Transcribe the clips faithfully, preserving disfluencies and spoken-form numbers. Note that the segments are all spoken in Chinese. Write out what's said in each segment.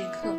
时刻。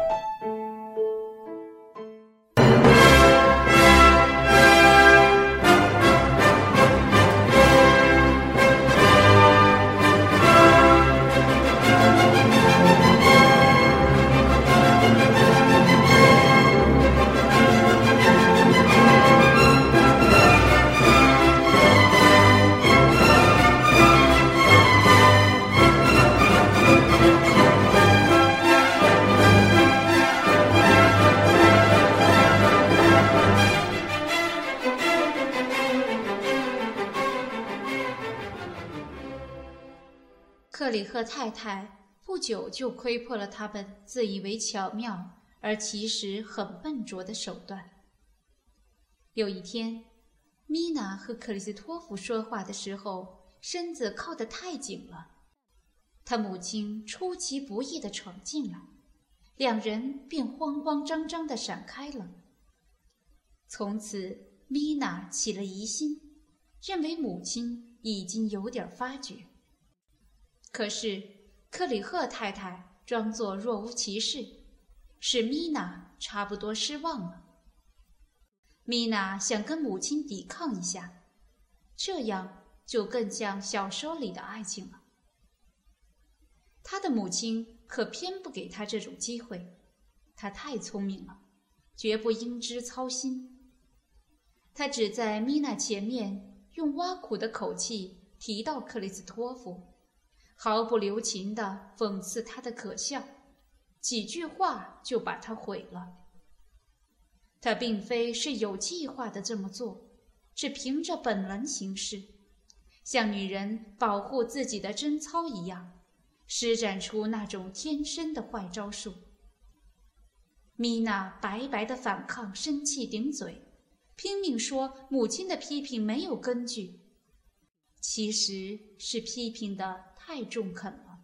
克里赫太太不久就窥破了他们自以为巧妙而其实很笨拙的手段。有一天，米娜和克里斯托弗说话的时候，身子靠得太紧了，他母亲出其不意地闯进来，两人便慌慌张张地闪开了。从此，米娜起了疑心，认为母亲已经有点发觉。可是克里赫太太装作若无其事，使米娜差不多失望了。米娜想跟母亲抵抗一下，这样就更像小说里的爱情了。她的母亲可偏不给她这种机会，她太聪明了，绝不因之操心。她只在米娜前面用挖苦的口气提到克里斯托弗，毫不留情地讽刺他的可笑，几句话就把他毁了。他并非是有计划地这么做，只凭着本能行事，像女人保护自己的贞操一样，施展出那种天生的坏招数。米娜白白的反抗，生气顶嘴，拼命说母亲的批评没有根据，其实是批评的太中肯了。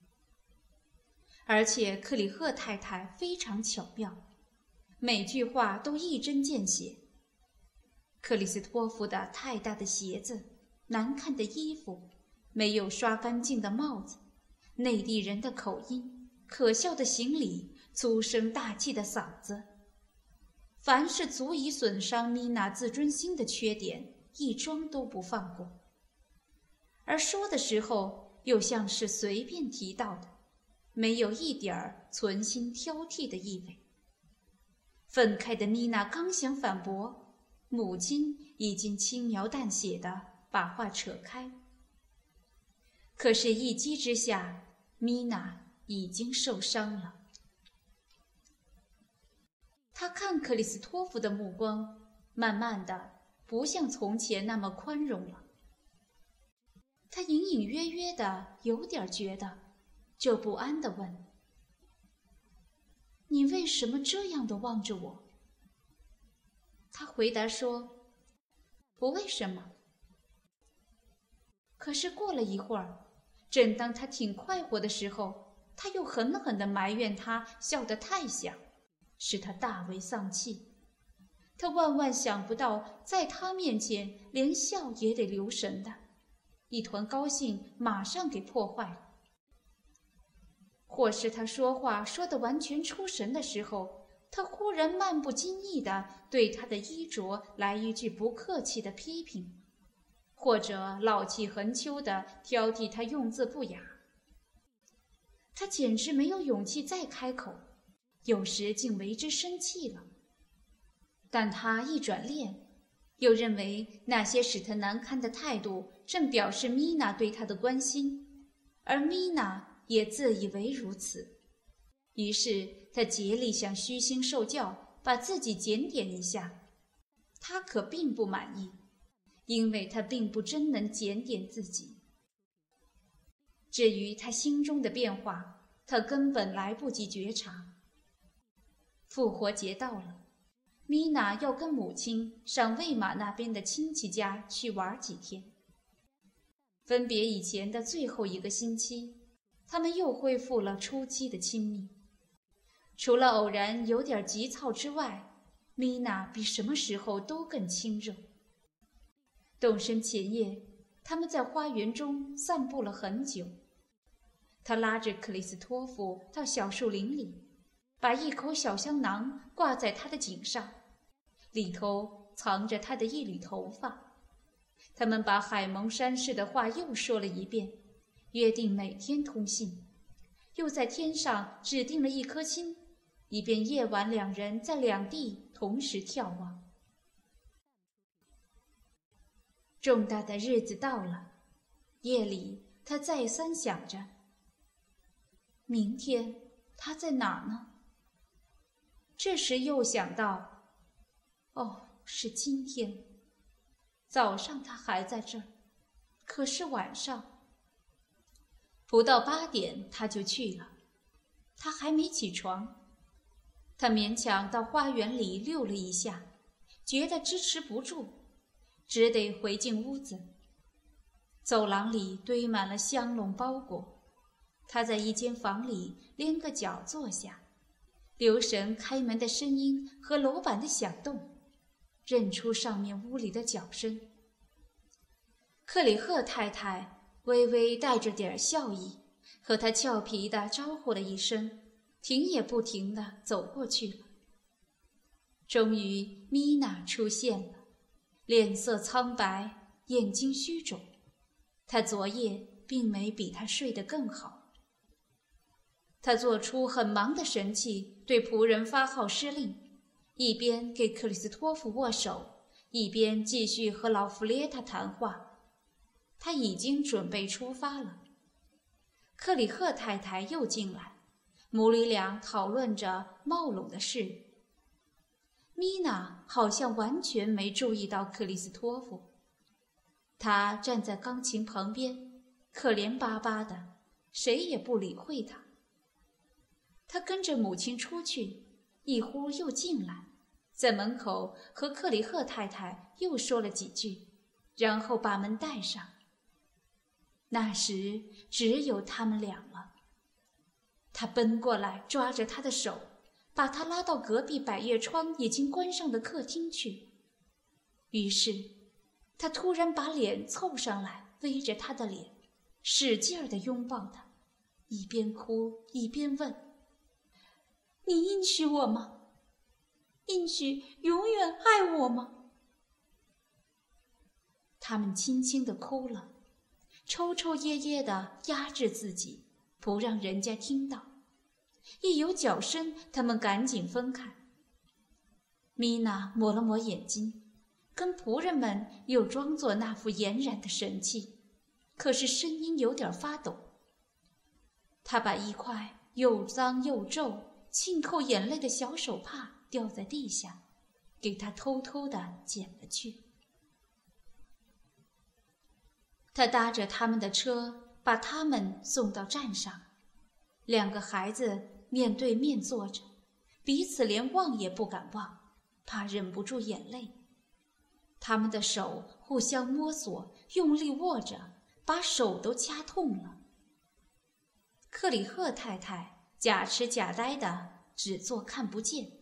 而且克里赫太太非常巧妙，每句话都一针见血。克里斯托弗的太大的鞋子，难看的衣服，没有刷干净的帽子，内地人的口音，可笑的行礼，粗声大气的嗓子，凡是足以损伤米娜自尊心的缺点，一桩都不放过。而说的时候又像是随便提到的，没有一点儿存心挑剔的意味。愤慨的米娜刚想反驳，母亲已经轻描淡写地把话扯开。可是一击之下，米娜已经受伤了。她看克里斯托弗的目光慢慢的不像从前那么宽容了。他隐隐约约的有点觉得，就不安地问：“你为什么这样的望着我？”他回答说：“不为什么。”可是过了一会儿，正当他挺快活的时候，他又狠狠地埋怨他笑得太响，使他大为丧气。他万万想不到，在他面前连笑也得留神的。一团高兴马上给破坏了。或是他说话说得完全出神的时候，他忽然漫不经意地对他的衣着来一句不客气的批评，或者老气横秋地挑剔他用字不雅。他简直没有勇气再开口，有时竟为之生气了。但他一转念，又认为那些使他难堪的态度正表示米娜对他的关心，而米娜也自以为如此。于是他竭力想虚心受教，把自己检点一下。他可并不满意，因为他并不真能检点自己。至于他心中的变化，他根本来不及觉察。复活节到了，米娜要跟母亲上魏玛那边的亲戚家去玩几天。分别以前的最后一个星期，他们又恢复了初期的亲密。除了偶然有点急躁之外，米娜比什么时候都更亲热。动身前夜，他们在花园中散步了很久。他拉着克里斯托弗到小树林里， 把一口小香囊挂在他的颈上，里头藏着他的一缕头发。他们把海蒙山氏的话又说了一遍，约定每天通信，又在天上指定了一颗星，以便夜晚两人在两地同时眺望。重大的日子到了，夜里他再三想着，明天他在哪儿呢？这时又想到，哦，是今天。早上他还在这儿，可是晚上不到八点他就去了。他还没起床，他勉强到花园里溜了一下，觉得支持不住，只得回进屋子。走廊里堆满了香笼包裹，他在一间房里踮个脚坐下，留神开门的声音和楼板的响动，认出上面屋里的脚声。克里赫太太微微带着点笑意，和他俏皮地招呼了一声，停也不停地走过去了。终于米娜出现了，脸色苍白，眼睛虚肿。她昨夜并没比他睡得更好。他做出很忙的神气，对仆人发号施令，一边给克里斯托弗握手，一边继续和老弗列塔谈话。他已经准备出发了。克里赫太太又进来，母女俩讨论着帽拢的事。米娜好像完全没注意到克里斯托弗，他站在钢琴旁边，可怜巴巴的，谁也不理会他。他跟着母亲出去，一忽又进来，在门口和克里赫太太又说了几句，然后把门带上。那时只有他们俩了。他奔过来抓着他的手，把他拉到隔壁百叶窗已经关上的客厅去。于是他突然把脸凑上来，围着他的脸，使劲儿地拥抱他，一边哭一边问：你应许我吗？应许永远爱我吗？他们轻轻地哭了，抽抽噎噎地压制自己，不让人家听到。一有脚声，他们赶紧分开。米娜抹了抹眼睛，跟仆人们又装作那副俨然的神气，可是声音有点发抖。她把一块又脏又皱、沁扣眼泪的小手帕掉在地下，给他偷偷地捡了去。他搭着他们的车，把他们送到站上。两个孩子面对面坐着，彼此连望也不敢望，怕忍不住眼泪。他们的手互相摸索，用力握着，把手都掐痛了。克里赫太太假痴假呆的，只做看不见。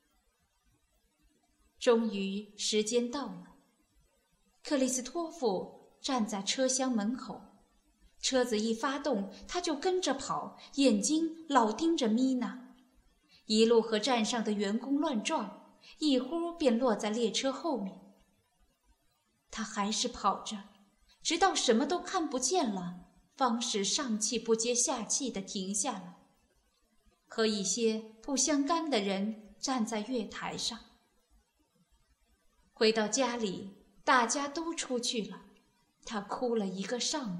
终于时间到了，克里斯托弗站在车厢门口，车子一发动，他就跟着跑，眼睛老盯着米娜，一路和站上的员工乱撞，一忽便落在列车后面。他还是跑着，直到什么都看不见了，方使上气不接下气地停下来，和一些不相干的人站在月台上。回到家里，大家都出去了，他哭了一个上午。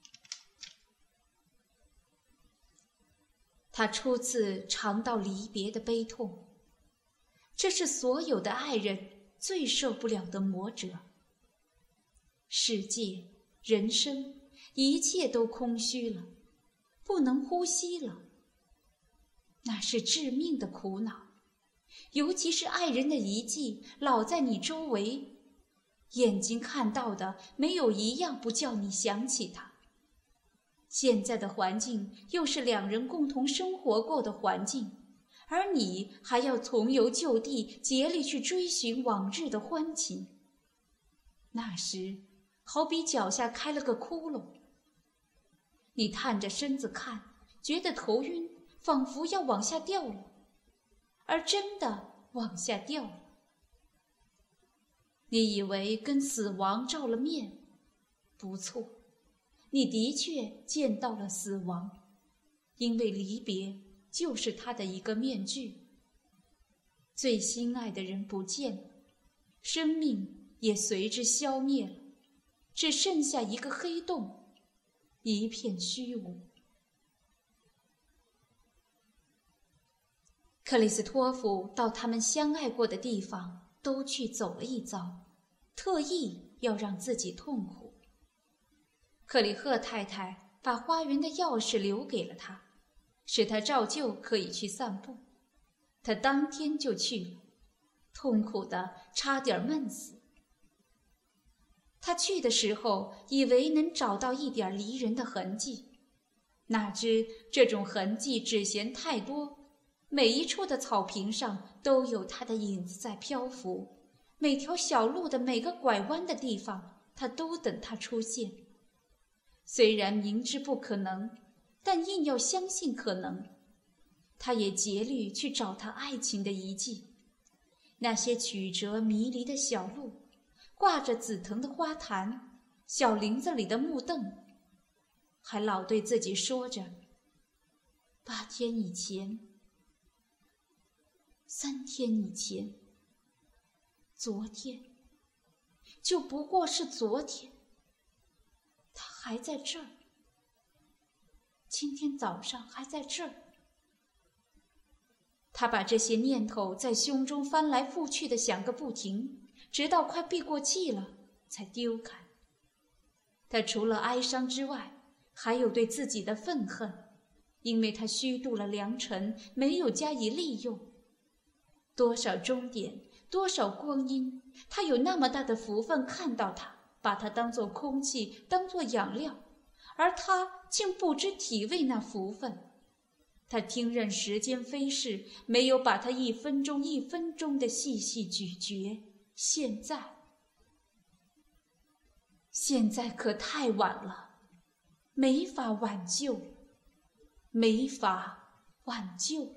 他初次尝到离别的悲痛，这是所有的爱人最受不了的磨折。世界、人生，一切都空虚了，不能呼吸了。那是致命的苦恼，尤其是爱人的遗迹老在你周围，眼睛看到的没有一样不叫你想起他。现在的环境又是两人共同生活过的环境，而你还要重游旧地，竭力去追寻往日的欢情。那时好比脚下开了个窟窿，你探着身子看，觉得头晕，仿佛要往下掉了。 而真的往下掉了。你以为跟死亡照了面？不错，你的确见到了死亡，因为离别就是他的一个面具。最心爱的人不见了，生命也随之消灭了，只剩下一个黑洞，一片虚无。克里斯托弗到他们相爱过的地方都去走了一遭，特意要让自己痛苦。克里赫太太把花园的钥匙留给了他，使他照旧可以去散步。他当天就去了，痛苦的差点闷死。他去的时候以为能找到一点离人的痕迹，哪知这种痕迹只嫌太多，每一处的草坪上都有他的影子在漂浮，每条小路的每个拐弯的地方，他都等他出现。虽然明知不可能，但硬要相信可能。他也竭力去找他爱情的遗迹，那些曲折迷离的小路，挂着紫藤的花坛，小林子里的木凳，还老对自己说着：八天以前，三天以前，昨天，就不过是昨天，他还在这儿，今天早上还在这儿。他把这些念头在胸中翻来覆去的想个不停，直到快闭过气了才丢开。他除了哀伤之外，还有对自己的愤恨，因为他虚度了良辰，没有加以利用。多少终点，多少光阴，他有那么大的福分看到他，把他当作空气，当作养料，而他竟不知体味那福分。他听任时间飞逝，没有把它一分钟一分钟的细细咀嚼。现在，现在可太晚了，没法挽救，没法挽救。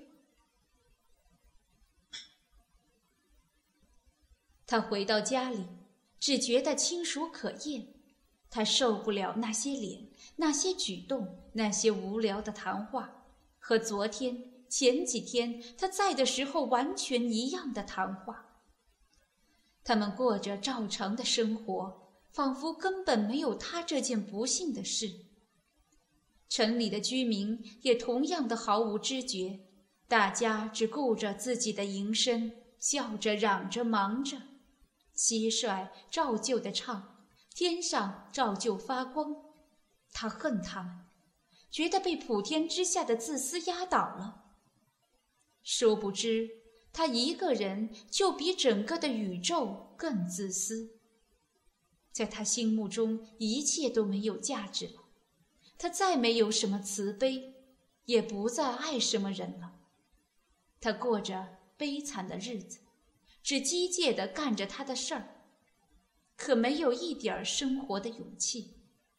他回到家里，只觉得清暑可厌。他受不了那些脸，那些举动，那些无聊的谈话。和昨天、前几天他在的时候完全一样的谈话。他们过着照常的生活，仿佛根本没有他这件不幸的事。城里的居民也同样的毫无知觉，大家只顾着自己的营生，笑着、嚷着、忙着。蟋蟀照旧的唱，天上照旧发光。他恨他们，觉得被普天之下的自私压倒了。殊不知，他一个人就比整个的宇宙更自私。在他心目中，一切都没有价值了。他再没有什么慈悲，也不再爱什么人了。他过着悲惨的日子，只机械地干着他的事儿，可没有一点生活的勇气。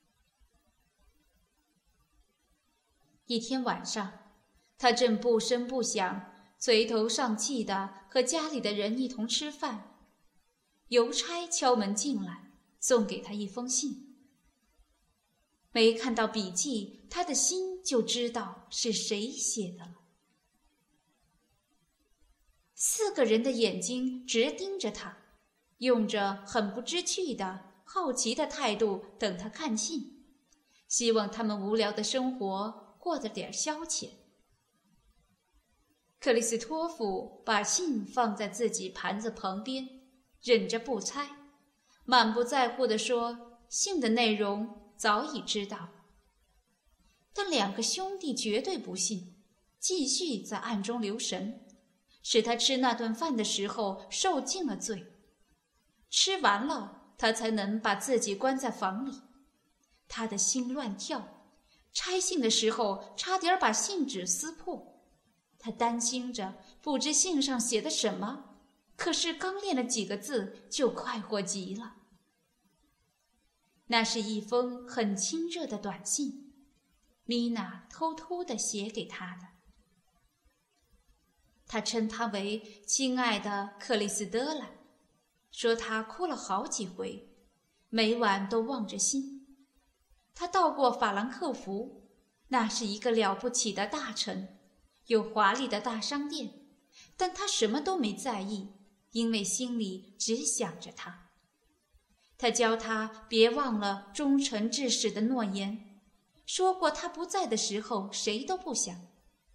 一天晚上，他正不声不响、垂头丧气地和家里的人一同吃饭，邮差敲门进来，送给他一封信。没看到笔迹，他的心就知道是谁写的了。四个人的眼睛直盯着他，用着很不知趣的好奇的态度等他看信，希望他们无聊的生活过得点消遣。克里斯托弗把信放在自己盘子旁边，忍着不猜，满不在乎地说信的内容早已知道。但两个兄弟绝对不信，继续在暗中留神，使他吃那顿饭的时候受尽了罪。吃完了，他才能把自己关在房里。他的心乱跳，拆信的时候差点把信纸撕破。他担心着不知信上写的什么，可是刚练了几个字就快活极了。那是一封很亲热的短信，米娜偷偷地写给他的。 他称她为亲爱的克里斯德拉，说她哭了好几回，每晚都望着星。他到过法兰克福，那是一个了不起的大城，有华丽的大商店，但他什么都没在意，因为心里只想着他。他教他别忘了忠诚至死的诺言，说过他不在的时候谁都不想，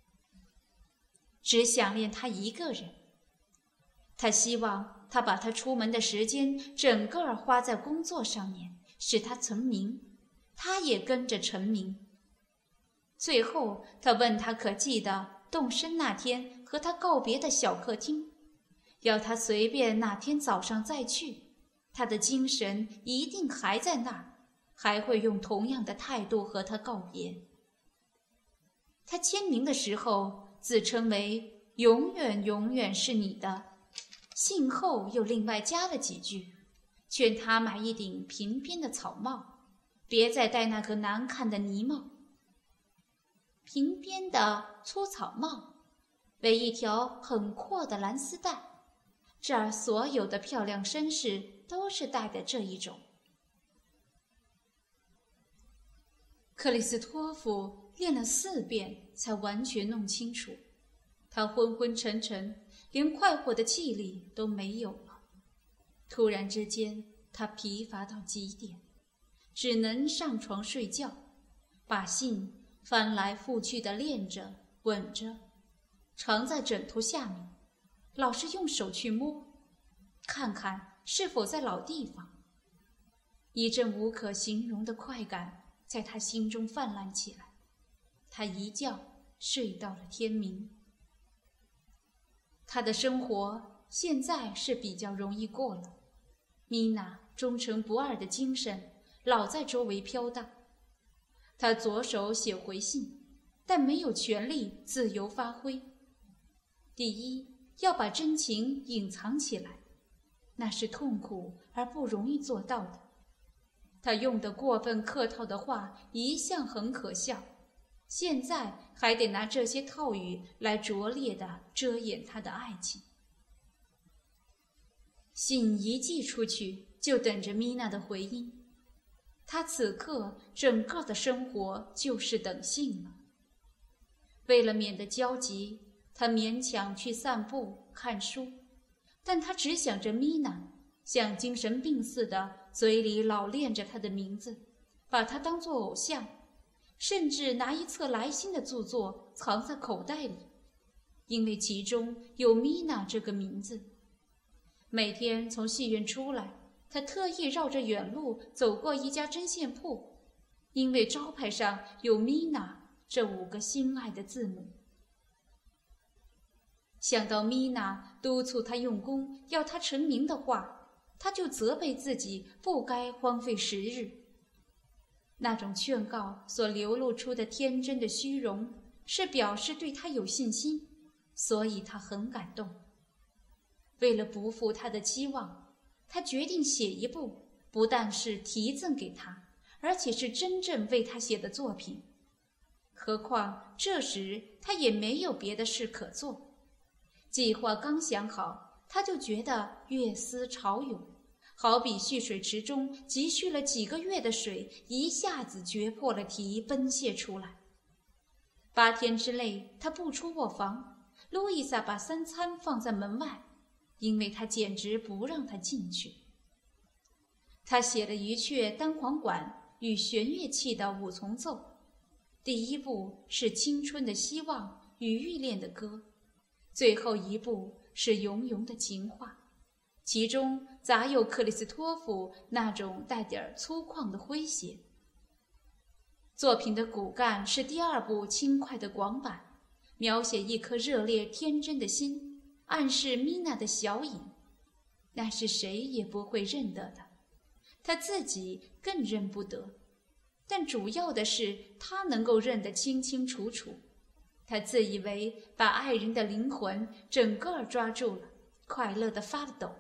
只想念他一个人。他希望他把他出门的时间整个儿花在工作上面，使他成名，他也跟着成名。最后他问他可记得动身那天和他告别的小客厅，要他随便哪天早上再去，他的精神一定还在那儿，还会用同样的态度和他告别。他签名的时候自称为永远永远是你的，信后又另外加了几句，劝他买一顶平边的草帽，别再戴那个难看的呢帽。平边的粗草帽为一条很阔的蓝丝带，这儿所有的漂亮绅士都是戴的这一种。克里斯托弗练了四遍才完全弄清楚，他昏昏沉沉，连快活的气力都没有了。突然之间，他疲乏到极点，只能上床睡觉，把信翻来覆去地练着吻着，藏在枕头下面，老是用手去摸，看看是否在老地方。一阵无可形容的快感在他心中泛滥起来，他一觉睡到了天明。他的生活现在是比较容易过了，米娜忠诚不二的精神老在周围飘荡。他左手写回信，但没有权利自由发挥。第一，要把真情隐藏起来，那是痛苦而不容易做到的。他用的过分客套的话一向很可笑，现在还得拿这些套语来拙劣地遮掩他的爱情。信一寄出去，就等着米娜的回音。他此刻整个的生活就是等信了。为了免得焦急，他勉强去散步看书，但他只想着米娜，像精神病似的嘴里老念着她的名字，把她当作偶像，甚至拿一册来信的著作藏在口袋里，因为其中有米娜这个名字。每天从戏院出来，他特意绕着远路走过一家针线铺，因为招牌上有米娜这五个心爱的字母。想到米娜督促他用功，要他成名的话，他就责备自己不该荒废时日。那种劝告所流露出的天真的虚荣，是表示对他有信心，所以他很感动。为了不负他的期望，他决定写一部不但是题赠给他，而且是真正为他写的作品。何况这时他也没有别的事可做，计划刚想好，他就觉得月思潮涌，好比蓄水池中积蓄了几个月的水一下子决破了堤，奔泻出来。八天之内他不出卧房，路易莎把三餐放在门外，因为他简直不让他进去。他写了一阙单簧管与弦乐器的五重奏，第一部是青春的希望与欲恋的歌，最后一部是永永的情话，其中杂有克里斯托弗那种带点粗犷的诙谐。作品的骨干是第二部轻快的广板，描写一颗热烈天真的心，暗示米娜的小影，那是谁也不会认得的，他自己更认不得，但主要的是他能够认得清清楚楚。他自以为把爱人的灵魂整个抓住了，快乐地发了抖。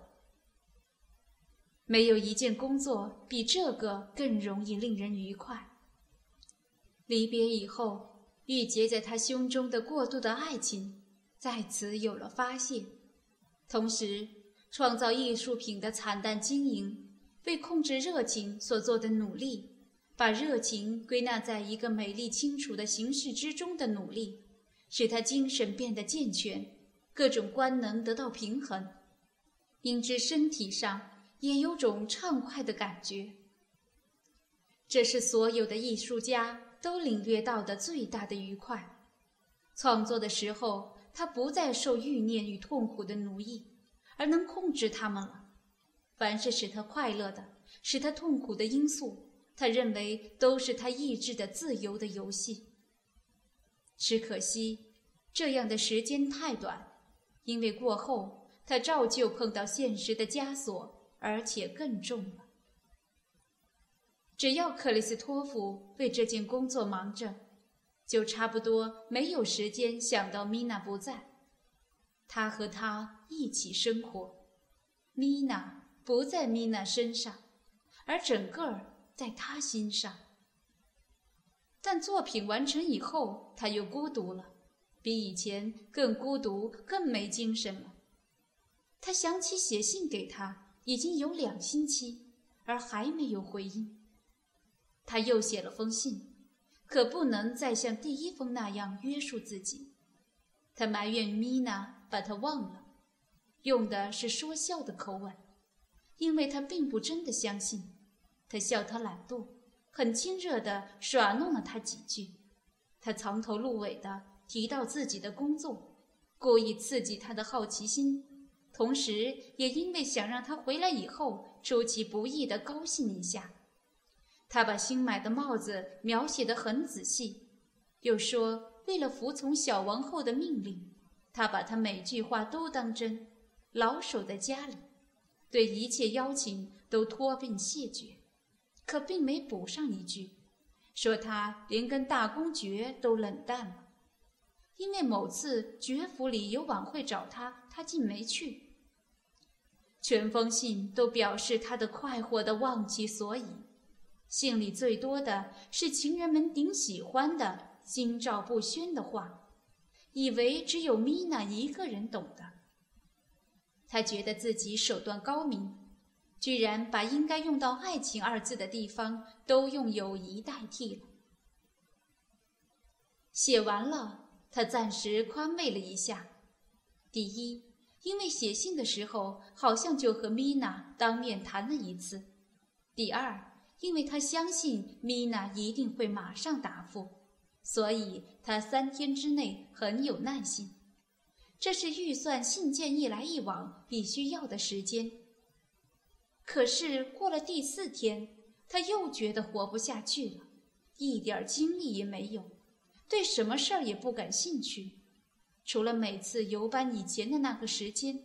没有一件工作比这个更容易令人愉快。离别以后，郁结在他胸中的过度的爱情， 在此有了发现。同时，创造艺术品的惨淡经营，为控制热情所做的努力，把热情归纳在一个美丽清楚的形式之中的努力，使他精神变得健全，各种官能得到平衡，因之身体上也有种畅快的感觉。这是所有的艺术家都领略到的最大的愉快。创作的时候，他不再受欲念与痛苦的奴役，而能控制他们了。凡是使他快乐的、使他痛苦的因素，他认为都是他意志的自由的游戏。只可惜，这样的时间太短，因为过后他照旧碰到现实的枷锁，而且更重了。只要克里斯托弗为这件工作忙着，就差不多没有时间想到米娜不在。他和她一起生活，米娜不在米娜身上，而整个儿在他心上。但作品完成以后，他又孤独了，比以前更孤独，更没精神了。他想起写信给他已经有两星期，而还没有回音。他又写了封信，可不能再像第一封那样约束自己。他埋怨米娜把他忘了，用的是说笑的口吻，因为他并不真的相信。他笑他懒惰，很亲热地耍弄了他几句。他藏头露尾地提到自己的工作，故意刺激他的好奇心，同时也因为想让他回来以后出其不意地高兴一下。他把新买的帽子描写得很仔细，又说为了服从小王后的命令，他把他每句话都当真，老守在家里，对一切邀请都托并谢绝，可并没补上一句，说他连跟大公爵都冷淡了，因为某次爵府里有晚会找他，他竟没去。全封信都表示他的快活地忘其所以。信里最多的是情人们顶喜欢的心照不宣的话，以为只有米娜一个人懂得。他觉得自己手段高明，居然把应该用到爱情二字的地方都用友谊代替了。写完了，他暂时宽慰了一下。第一，因为写信的时候好像就和米娜当面谈了一次；第二，因为他相信米娜一定会马上答复，所以他三天之内很有耐心。这是预算信件一来一往必须要的时间。可是过了第四天，他又觉得活不下去了，一点精力也没有，对什么事儿也不感兴趣，除了每次游班以前的那个时间。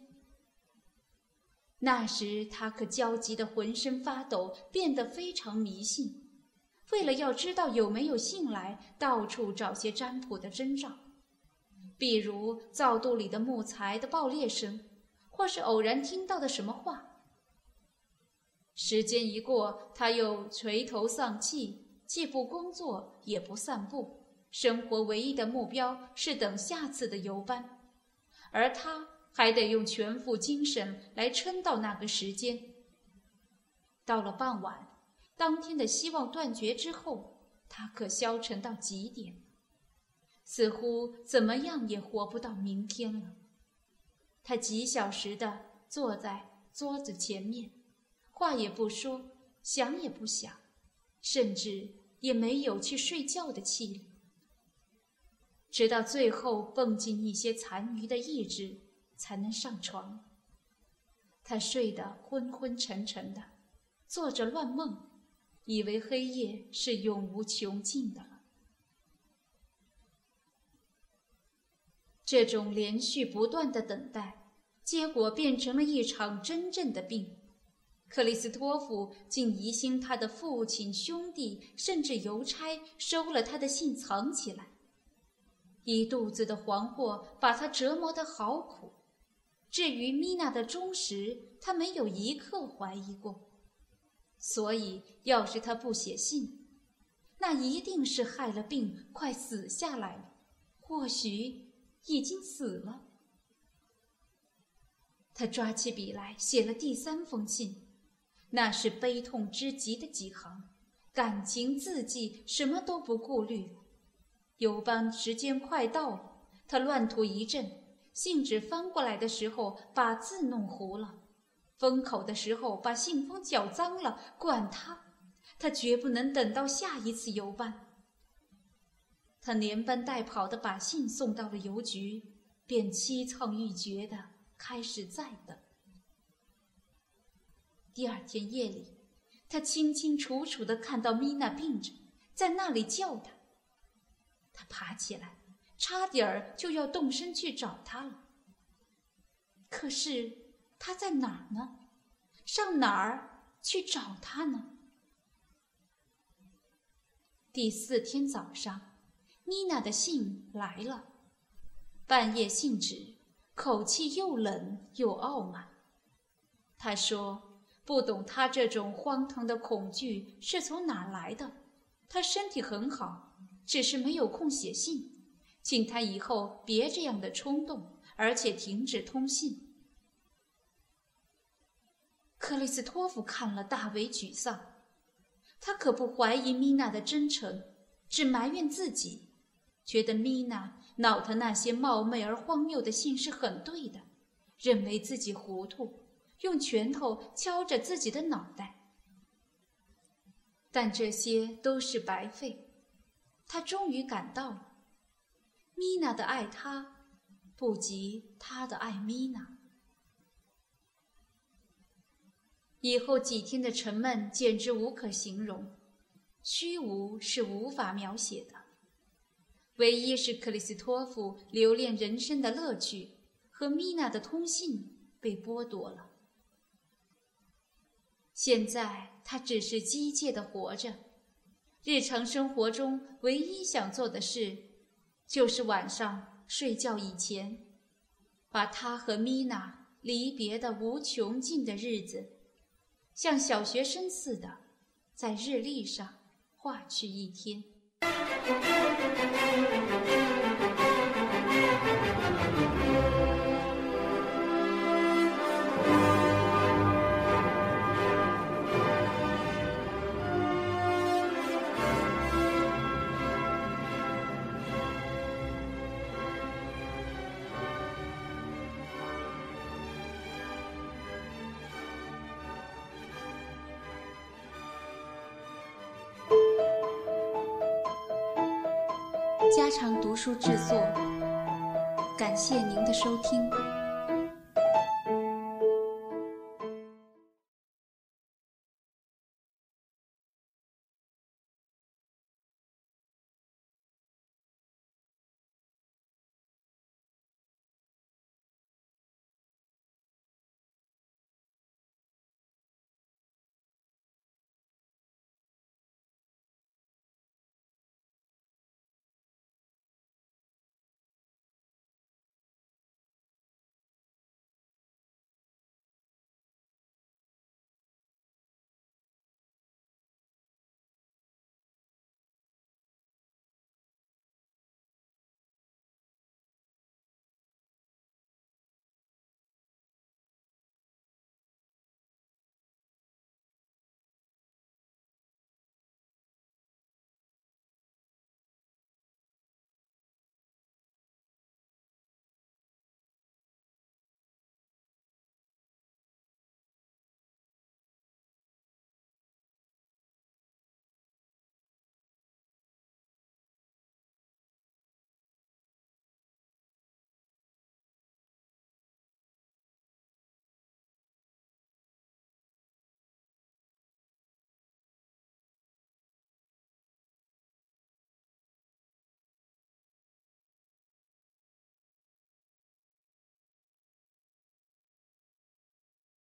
那时他可焦急得浑身发抖，变得非常迷信，为了要知道有没有信来，到处找些占卜的征兆，比如灶肚里的木材的爆裂声，或是偶然听到的什么话。时间一过，他又垂头丧气，既不工作也不散步，生活唯一的目标是等下次的游班，而他还得用全副精神来撑到那个时间。到了傍晚，当天的希望断绝之后，他可消沉到极点，似乎怎么样也活不到明天了。他几小时地坐在桌子前面，话也不说，想也不想，甚至也没有去睡觉的气力，直到最后蹦进一些残余的意志，才能上床。他睡得昏昏沉沉的，做着乱梦，以为黑夜是永无穷尽的了。这种连续不断的等待，结果变成了一场真正的病。克里斯托弗竟疑心他的父亲、兄弟，甚至邮差收了他的信藏起来。一肚子的惶惑把他折磨得好苦。至于米娜的忠实，他没有一刻怀疑过。所以要是他不写信，那一定是害了病，快死下来了，或许已经死了。 他抓起笔来写了第三封信，那是悲痛之极的几行，感情字迹什么都不顾虑。尤班时间快到了，他乱涂一阵，信纸翻过来的时候把字弄糊了，封口的时候把信封搅脏了，管他，他绝不能等到下一次邮班。他连奔带跑地把信送到了邮局，便凄怆欲绝地开始再等。第二天夜里，他清清楚楚地看到米娜病着，在那里叫他。他爬起来，差点儿就要动身去找她了。可是她在哪儿呢？上哪儿去找她呢？第四天早上，妮娜的信来了，半页信纸，口气又冷又傲慢。她说不懂她这种荒唐的恐惧是从哪来的，她身体很好，只是没有空写信，请她以后别这样的冲动，而且停止通信。克里斯托弗看了大为沮丧，他可不怀疑米娜的真诚，只埋怨自己，觉得米娜恼他那些冒昧而荒谬的信是很对的，认为自己糊涂，用拳头敲着自己的脑袋。但这些都是白费，他终于感到了，米娜的爱他不及他的爱米娜。以后几天的沉闷简直无可形容，虚无是无法描写的，唯一是克里斯托弗留恋人生的乐趣和米娜的通信被剥夺了。现在他只是机械地活着，日常生活中唯一想做的事，就是晚上睡觉以前，把他和米娜离别的无穷尽的日子，像小学生似的，在日历上画去一天。家常读书制作，感谢您的收听。